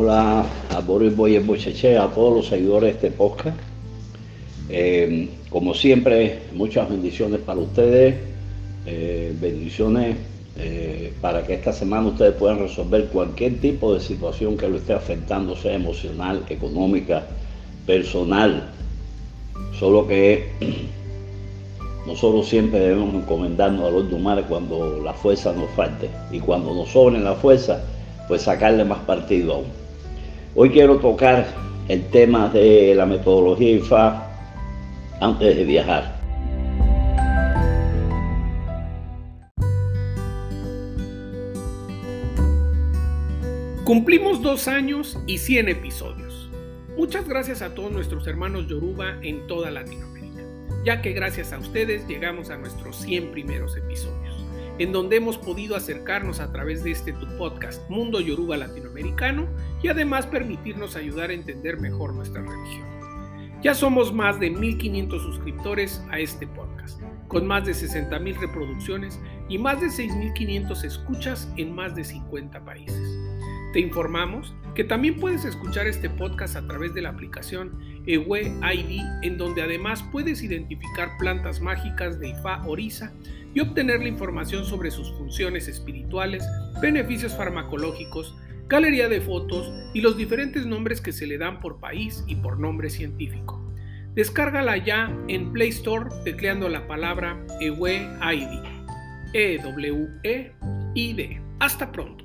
habla a Boris Boyer Bocheche, a todos los seguidores de este podcast. Como siempre, muchas bendiciones para ustedes, bendiciones para que esta semana ustedes puedan resolver cualquier tipo de situación que lo esté afectando, sea emocional, económica, personal. Solo que nosotros siempre debemos encomendarnos a los Dumare cuando la fuerza nos falte, y cuando nos sobre la fuerza, pues sacarle más partido aún. Hoy quiero tocar el tema de la metodología IFA antes de viajar. Cumplimos 2 años y 100 episodios. Muchas gracias a todos nuestros hermanos Yoruba en toda Latinoamérica, ya que gracias a ustedes llegamos a nuestros 100 primeros episodios, en donde hemos podido acercarnos a través de tu podcast Mundo Yoruba Latinoamericano y además permitirnos ayudar a entender mejor nuestra religión. Ya somos más de 1,500 suscriptores a este podcast, con más de 60,000 reproducciones y más de 6,500 escuchas en más de 50 países. Te informamos que también puedes escuchar este podcast a través de la aplicación Ewe ID, en donde además puedes identificar plantas mágicas de Ifa Orisa y obtener la información sobre sus funciones espirituales, beneficios farmacológicos, galería de fotos y los diferentes nombres que se le dan por país y por nombre científico. Descárgala ya en Play Store tecleando la palabra Ewe ID. E-W-E-I-D. Hasta pronto.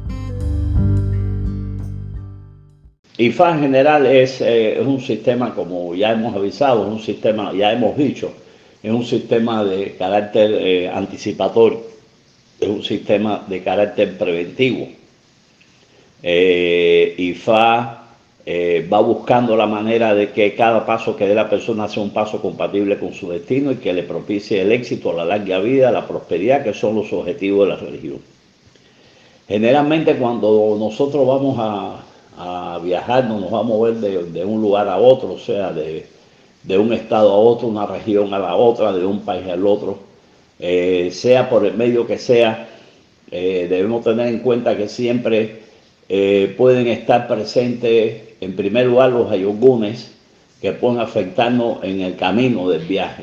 IFA en general es un sistema, como ya hemos avisado, es un sistema, ya hemos dicho, es un sistema de carácter anticipatorio, es un sistema de carácter preventivo. IFA va buscando la manera de que cada paso que dé la persona sea un paso compatible con su destino y que le propicie el éxito, la larga vida, la prosperidad, que son los objetivos de la religión. Generalmente cuando nosotros vamos a viajar, no nos vamos a mover de un lugar a otro, o sea, de un estado a otro, una región a la otra, de un país al otro, sea por el medio que sea, debemos tener en cuenta que siempre pueden estar presentes, en primer lugar, los ayogunes que pueden afectarnos en el camino del viaje.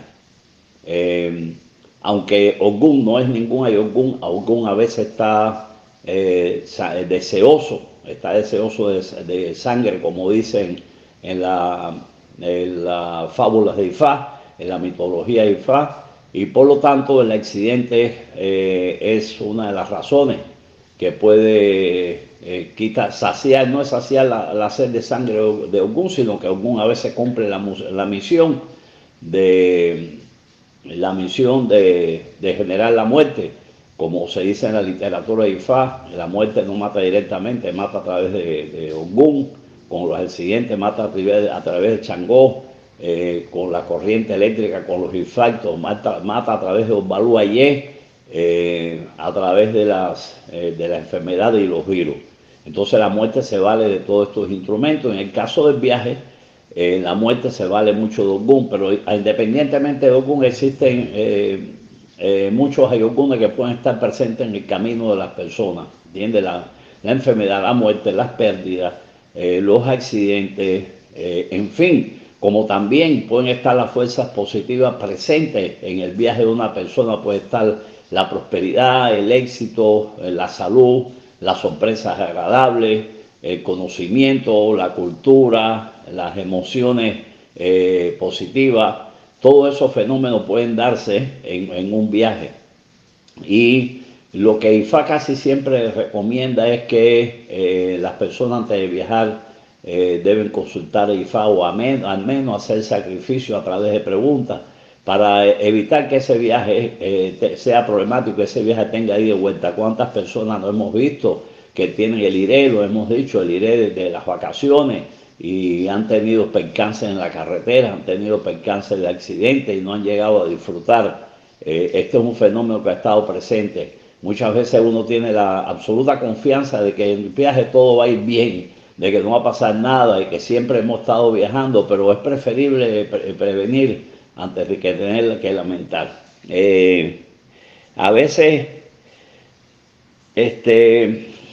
Aunque Ogún no es ningún ayogun, Ogún a veces está deseoso de sangre, como dicen en las fábulas de Ifá, en la mitología de Ifá, y por lo tanto el accidente es una de las razones que puede saciar, no es saciar la sed de sangre de Ogún, sino que Ogún a veces cumple la misión de generar la muerte. Como se dice en la literatura de Ifá, la muerte no mata directamente, mata a través de Ogún, con los accidentes mata a través de Changó, con la corriente eléctrica, con los infartos, mata a través de Obalu Ayé, a través de las enfermedades y los virus. Entonces la muerte se vale de todos estos instrumentos. En el caso del viaje, la muerte se vale mucho de Ogún, pero independientemente de Ogún existen muchos ayogunes que pueden estar presentes en el camino de las personas, ¿entiendes? La enfermedad, la muerte, las pérdidas, los accidentes, en fin, como también pueden estar las fuerzas positivas presentes en el viaje de una persona. Puede estar la prosperidad, el éxito, la salud, las sorpresas agradables, el conocimiento, la cultura, las emociones positivas. Todos esos fenómenos pueden darse en un viaje. Y lo que IFA casi siempre recomienda es que las personas antes de viajar deben consultar a IFA, o al menos hacer sacrificio a través de preguntas para evitar que ese viaje sea problemático, que ese viaje tenga ida y vuelta. ¿Cuántas personas no hemos visto que tienen el IRE, lo hemos dicho, el IRE de las vacaciones, y han tenido percances en la carretera, han tenido percances de accidentes y no han llegado a disfrutar? Este es un fenómeno que ha estado presente. Muchas veces uno tiene la absoluta confianza de que en el viaje todo va a ir bien, de que no va a pasar nada y que siempre hemos estado viajando, pero es preferible prevenir antes de que tener que lamentar. A veces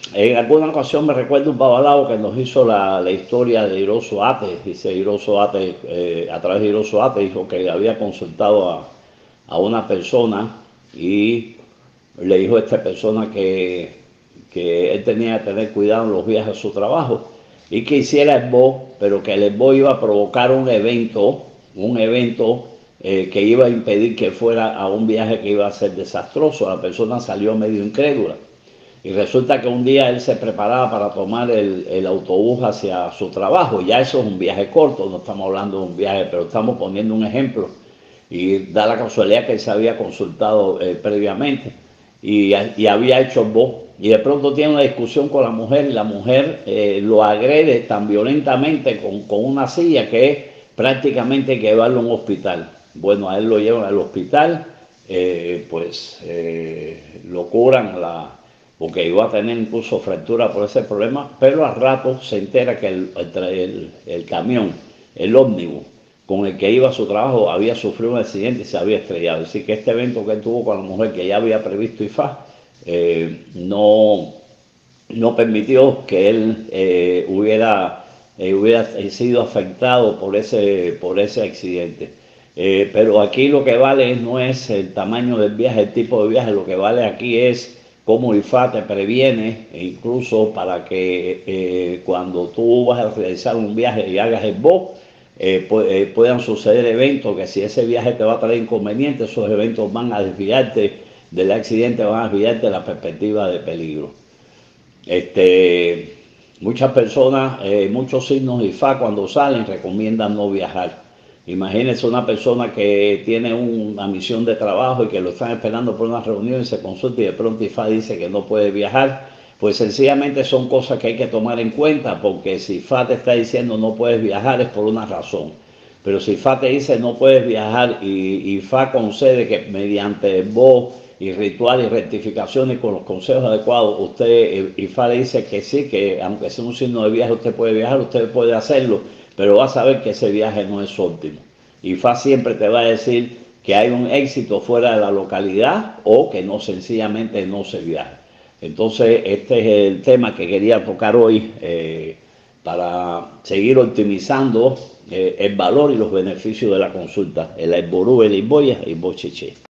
En alguna ocasión me recuerdo un babalao que nos hizo la historia de Hiroso Ate. Dice Hiroso Ate, a través de Hiroso Ate, dijo que había consultado a una persona y le dijo a esta persona que él tenía que tener cuidado en los viajes a su trabajo y que hiciera el esbo, pero que el esbo iba a provocar un evento que iba a impedir que fuera a un viaje que iba a ser desastroso. La persona salió medio incrédula. Y resulta que un día él se preparaba para tomar el autobús hacia su trabajo. Ya eso es un viaje corto, no estamos hablando de un viaje, pero estamos poniendo un ejemplo. Y da la casualidad que él se había consultado previamente y había hecho voz. Y de pronto tiene una discusión con la mujer y la mujer lo agrede tan violentamente con una silla que es prácticamente que llevarlo a un hospital. Bueno, a él lo llevan al hospital, lo curan porque iba a tener incluso fractura por ese problema, pero al rato se entera que el camión, el ómnibus con el que iba a su trabajo, había sufrido un accidente y se había estrellado. Así que este evento que él tuvo con la mujer, que ya había previsto IFA, no permitió que él hubiera sido afectado por ese accidente. Pero aquí lo que vale no es el tamaño del viaje, el tipo de viaje, lo que vale aquí es cómo IFA te previene, e incluso para que cuando tú vas a realizar un viaje y hagas el BOC, puedan suceder eventos que si ese viaje te va a traer inconvenientes, esos eventos van a desviarte del accidente, van a desviarte de la perspectiva de peligro. Muchas personas, muchos signos IFA cuando salen recomiendan no viajar. Imagínense una persona que tiene una misión de trabajo y que lo están esperando por una reunión y se consulta y de pronto IFA dice que no puede viajar. Pues sencillamente son cosas que hay que tomar en cuenta, porque si IFA te está diciendo no puedes viajar es por una razón. Pero si IFA te dice no puedes viajar y IFA concede que mediante voz y ritual y rectificaciones con los consejos adecuados, IFA le dice que sí, que aunque sea un signo de viaje usted puede viajar, usted puede hacerlo, pero va a saber que ese viaje no es óptimo. IFA siempre te va a decir que hay un éxito fuera de la localidad o que no, sencillamente no se viaja. Entonces este es el tema que quería tocar hoy para seguir optimizando el valor y los beneficios de la consulta. El Ború, el Iboya y Bochiche.